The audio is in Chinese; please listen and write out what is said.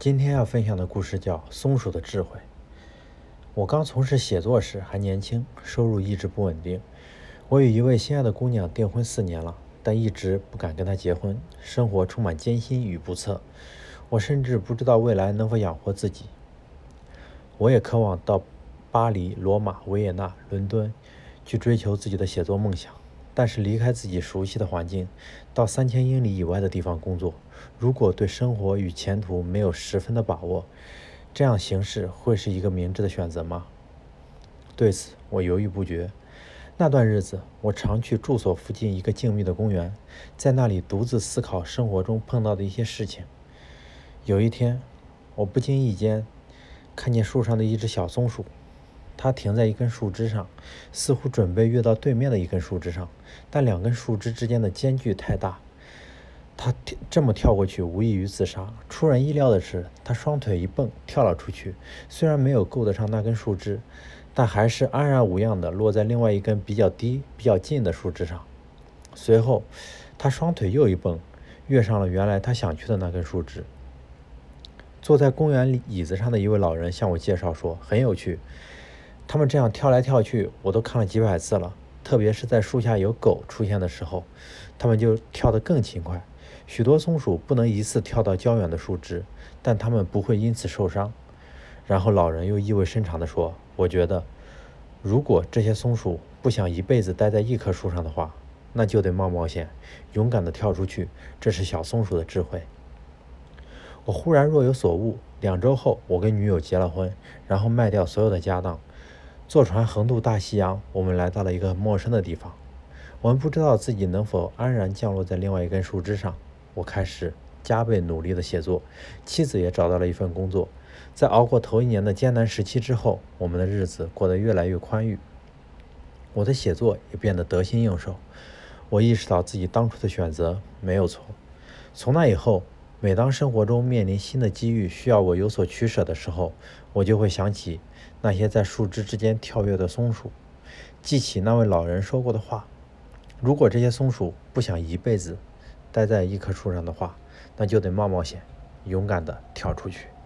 今天要分享的故事叫《松鼠的智慧》。我刚从事写作时还年轻，收入一直不稳定。我与一位心爱的姑娘订婚4年了，但一直不敢跟她结婚，生活充满艰辛与不测。我甚至不知道未来能否养活自己。我也渴望到巴黎、罗马、维也纳、伦敦去追求自己的写作梦想，但是离开自己熟悉的环境，到3000英里以外的地方工作，如果对生活与前途没有十分的把握，这样行事会是一个明智的选择吗？对此，我犹豫不决。那段日子，我常去住所附近一个静谧的公园，在那里独自思考生活中碰到的一些事情。有一天，我不经意间看见树上的一只小松鼠，它停在一根树枝上，似乎准备跃到对面的一根树枝上，但2根树枝之间的间距太大，它这么跳过去无异于自杀。出人意料的是，它双腿一蹦跳了出去，虽然没有够得上那根树枝，但还是安然无恙地落在另外一根比较低比较近的树枝上。随后它双腿又一蹦，跃上了原来它想去的那根树枝。坐在公园椅子上的一位老人向我介绍说，很有趣，他们这样跳来跳去我都看了几百次了，特别是在树下有狗出现的时候，他们就跳得更勤快。许多松鼠不能一次跳到较远的树枝，但它们不会因此受伤。然后老人又意味深长地说，我觉得如果这些松鼠不想一辈子待在一棵树上的话，那就得冒险，勇敢地跳出去，这是小松鼠的智慧。我忽然若有所悟，2周后我跟女友结了婚，然后卖掉所有的家当，坐船横渡大西洋，我们来到了一个陌生的地方。我们不知道自己能否安然降落在另外一根树枝上。我开始加倍努力的写作，妻子也找到了一份工作。在熬过头1年的艰难时期之后，我们的日子过得越来越宽裕，我的写作也变得得心应手。我意识到自己当初的选择没有错。从那以后，每当生活中面临新的机遇需要我有所取舍的时候，我就会想起那些在树枝之间跳跃的松鼠，记起那位老人说过的话，如果这些松鼠不想一辈子待在一棵树上的话，那就得冒险，勇敢地跳出去。